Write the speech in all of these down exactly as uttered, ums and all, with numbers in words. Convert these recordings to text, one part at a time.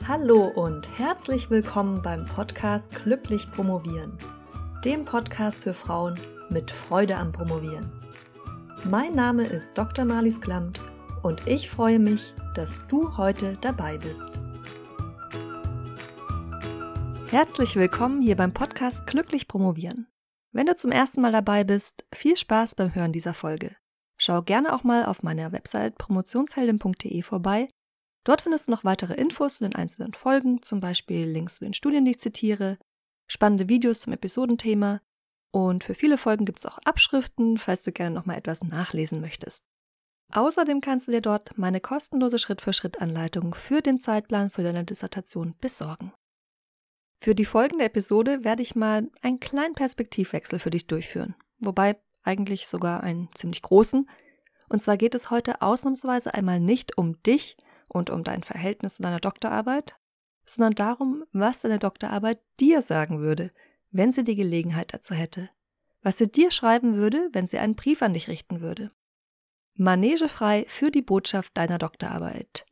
Hallo und herzlich willkommen beim Podcast Glücklich Promovieren, dem Podcast für Frauen mit Freude am Promovieren. Mein Name ist Doktor Marlies Klamt und ich freue mich, dass du heute dabei bist. Herzlich willkommen hier beim Podcast Glücklich Promovieren. Wenn du zum ersten Mal dabei bist, viel Spaß beim Hören dieser Folge. Schau gerne auch mal auf meiner Website promotionsheldin punkt de vorbei. Dort findest du noch weitere Infos zu den einzelnen Folgen, zum Beispiel Links zu den Studien, die ich zitiere, spannende Videos zum Episodenthema und für viele Folgen gibt es auch Abschriften, falls du gerne noch mal etwas nachlesen möchtest. Außerdem kannst du dir dort meine kostenlose Schritt-für-Schritt-Anleitung für den Zeitplan für deine Dissertation besorgen. Für die folgende Episode werde ich mal einen kleinen Perspektivwechsel für dich durchführen, wobei eigentlich sogar einen ziemlich großen. Und zwar geht es heute ausnahmsweise einmal nicht um dich und um dein Verhältnis zu deiner Doktorarbeit, sondern darum, was deine Doktorarbeit dir sagen würde, wenn sie die Gelegenheit dazu hätte. Was sie dir schreiben würde, wenn sie einen Brief an dich richten würde. Manegefrei für die Botschaft deiner Doktorarbeit.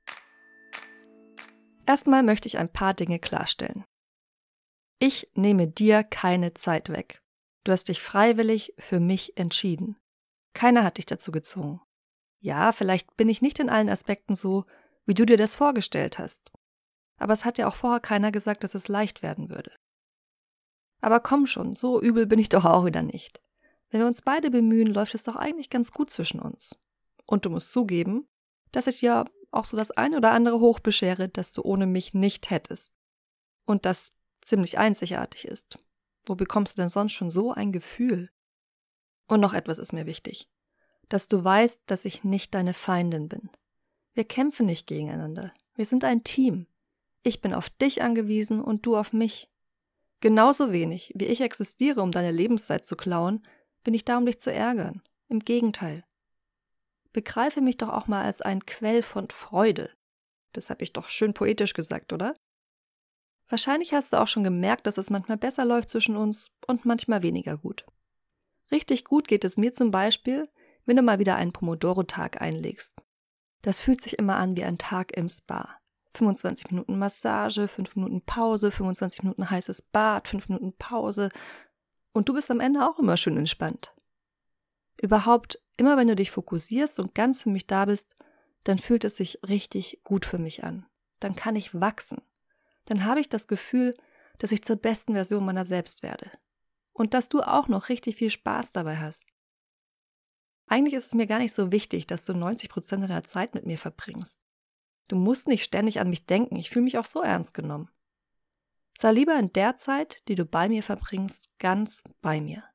Erstmal möchte ich ein paar Dinge klarstellen. Ich nehme dir keine Zeit weg. Du hast dich freiwillig für mich entschieden. Keiner hat dich dazu gezwungen. Ja, vielleicht bin ich nicht in allen Aspekten so, wie du dir das vorgestellt hast. Aber es hat ja auch vorher keiner gesagt, dass es leicht werden würde. Aber komm schon, so übel bin ich doch auch wieder nicht. Wenn wir uns beide bemühen, läuft es doch eigentlich ganz gut zwischen uns. Und du musst zugeben, dass ich dir auch so das ein oder andere Hoch beschere, das du ohne mich nicht hättest. Und das ziemlich einzigartig ist. Wo bekommst du denn sonst schon so ein Gefühl? Und noch etwas ist mir wichtig. Dass du weißt, dass ich nicht deine Feindin bin. Wir kämpfen nicht gegeneinander. Wir sind ein Team. Ich bin auf dich angewiesen und du auf mich. Genauso wenig, wie ich existiere, um deine Lebenszeit zu klauen, bin ich da, um dich zu ärgern. Im Gegenteil. Begreife mich doch auch mal als ein Quell von Freude. Das habe ich doch schön poetisch gesagt, oder? Wahrscheinlich hast du auch schon gemerkt, dass es manchmal besser läuft zwischen uns und manchmal weniger gut. Richtig gut geht es mir zum Beispiel, wenn du mal wieder einen Pomodoro-Tag einlegst. Das fühlt sich immer an wie ein Tag im Spa. fünfundzwanzig Minuten Massage, fünf Minuten Pause, fünfundzwanzig Minuten heißes Bad, fünf Minuten Pause. Und du bist am Ende auch immer schön entspannt. Überhaupt, immer wenn du dich fokussierst und ganz für mich da bist, dann fühlt es sich richtig gut für mich an. Dann kann ich wachsen. Dann habe ich das Gefühl, dass ich zur besten Version meiner selbst werde. Und dass du auch noch richtig viel Spaß dabei hast. Eigentlich ist es mir gar nicht so wichtig, dass du neunzig Prozent deiner Zeit mit mir verbringst. Du musst nicht ständig an mich denken, ich fühle mich auch so ernst genommen. Sei lieber in der Zeit, die du bei mir verbringst, ganz bei mir.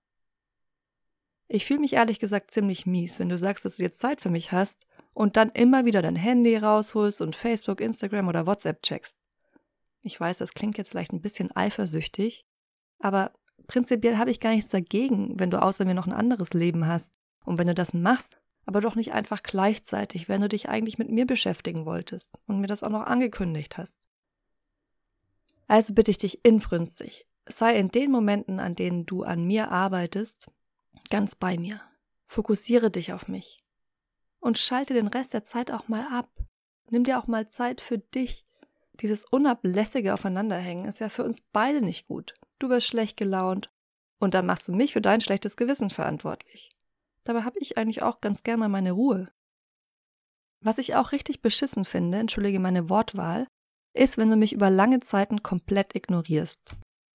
Ich fühle mich ehrlich gesagt ziemlich mies, wenn du sagst, dass du jetzt Zeit für mich hast und dann immer wieder dein Handy rausholst und Facebook, Instagram oder WhatsApp checkst. Ich weiß, das klingt jetzt vielleicht ein bisschen eifersüchtig, aber prinzipiell habe ich gar nichts dagegen, wenn du außer mir noch ein anderes Leben hast. Und wenn du das machst, aber doch nicht einfach gleichzeitig, wenn du dich eigentlich mit mir beschäftigen wolltest und mir das auch noch angekündigt hast. Also bitte ich dich inbrünstig, sei in den Momenten, an denen du an mir arbeitest, ganz bei mir. Fokussiere dich auf mich. Und schalte den Rest der Zeit auch mal ab. Nimm dir auch mal Zeit für dich. Dieses unablässige Aufeinanderhängen ist ja für uns beide nicht gut. Du wirst schlecht gelaunt und dann machst du mich für dein schlechtes Gewissen verantwortlich. Dabei habe ich eigentlich auch ganz gern mal meine Ruhe. Was ich auch richtig beschissen finde, entschuldige meine Wortwahl, ist, wenn du mich über lange Zeiten komplett ignorierst.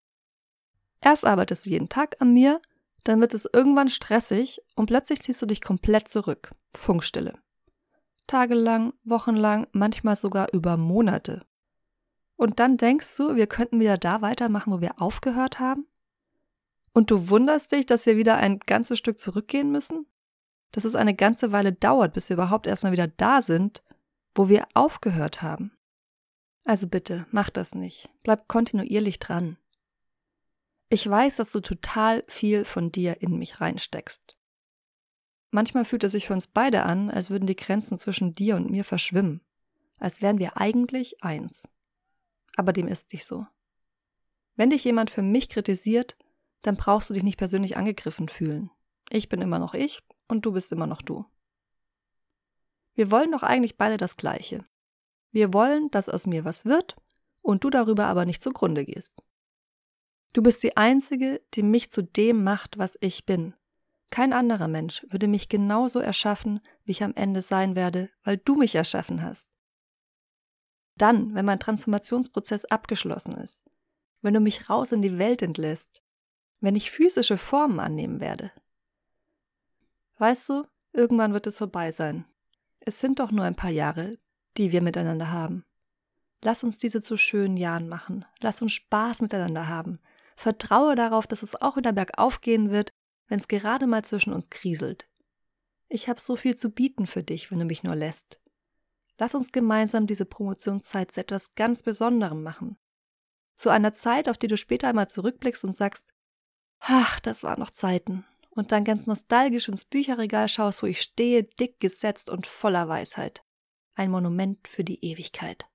Erst arbeitest du jeden Tag an mir, dann wird es irgendwann stressig und plötzlich ziehst du dich komplett zurück. Funkstille. Tagelang, wochenlang, manchmal sogar über Monate. Und dann denkst du, wir könnten wieder da weitermachen, wo wir aufgehört haben? Und du wunderst dich, dass wir wieder ein ganzes Stück zurückgehen müssen? Dass es eine ganze Weile dauert, bis wir überhaupt erstmal wieder da sind, wo wir aufgehört haben. Also bitte, mach das nicht. Bleib kontinuierlich dran. Ich weiß, dass du total viel von dir in mich reinsteckst. Manchmal fühlt es sich für uns beide an, als würden die Grenzen zwischen dir und mir verschwimmen. Als wären wir eigentlich eins. Aber dem ist nicht so. Wenn dich jemand für mich kritisiert, dann brauchst du dich nicht persönlich angegriffen fühlen. Ich bin immer noch ich und du bist immer noch du. Wir wollen doch eigentlich beide das Gleiche. Wir wollen, dass aus mir was wird und du darüber aber nicht zugrunde gehst. Du bist die Einzige, die mich zu dem macht, was ich bin. Kein anderer Mensch würde mich genauso erschaffen, wie ich am Ende sein werde, weil du mich erschaffen hast. Dann, wenn mein Transformationsprozess abgeschlossen ist, wenn du mich raus in die Welt entlässt, wenn ich physische Formen annehmen werde. Weißt du, irgendwann wird es vorbei sein. Es sind doch nur ein paar Jahre, die wir miteinander haben. Lass uns diese zu schönen Jahren machen. Lass uns Spaß miteinander haben. Vertraue darauf, dass es auch wieder bergauf gehen wird, wenn es gerade mal zwischen uns kriselt. Ich habe so viel zu bieten für dich, wenn du mich nur lässt. Lass uns gemeinsam diese Promotionszeit zu etwas ganz Besonderem machen. Zu einer Zeit, auf die du später einmal zurückblickst und sagst, ach, das waren noch Zeiten. Und dann ganz nostalgisch ins Bücherregal schaust, wo ich stehe, dick gesetzt und voller Weisheit. Ein Monument für die Ewigkeit.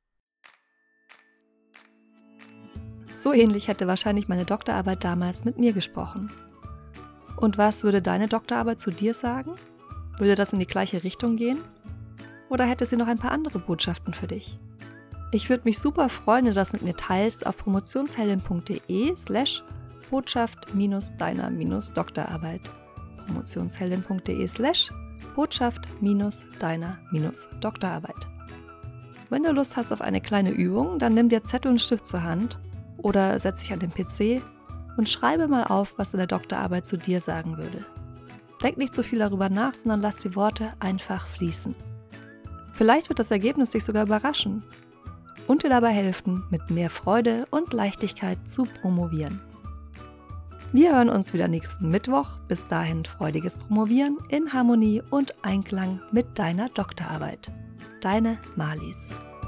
So ähnlich hätte wahrscheinlich meine Doktorarbeit damals mit mir gesprochen. Und was würde deine Doktorarbeit zu dir sagen? Würde das in die gleiche Richtung gehen? Oder hätte sie noch ein paar andere Botschaften für dich? Ich würde mich super freuen, wenn du das mit mir teilst auf promotionsheldin.de slash Botschaft minus deiner minus Doktorarbeit. promotionsheldin.de slash Botschaft minus deiner minus Doktorarbeit. Wenn du Lust hast auf eine kleine Übung, dann nimm dir Zettel und Stift zur Hand oder setz dich an den P C und schreibe mal auf, was deine Doktorarbeit zu dir sagen würde. Denk nicht zu viel darüber nach, sondern lass die Worte einfach fließen. Vielleicht wird das Ergebnis dich sogar überraschen und dir dabei helfen, mit mehr Freude und Leichtigkeit zu promovieren. Wir hören uns wieder nächsten Mittwoch. Bis dahin freudiges Promovieren in Harmonie und Einklang mit deiner Doktorarbeit. Deine Marlies.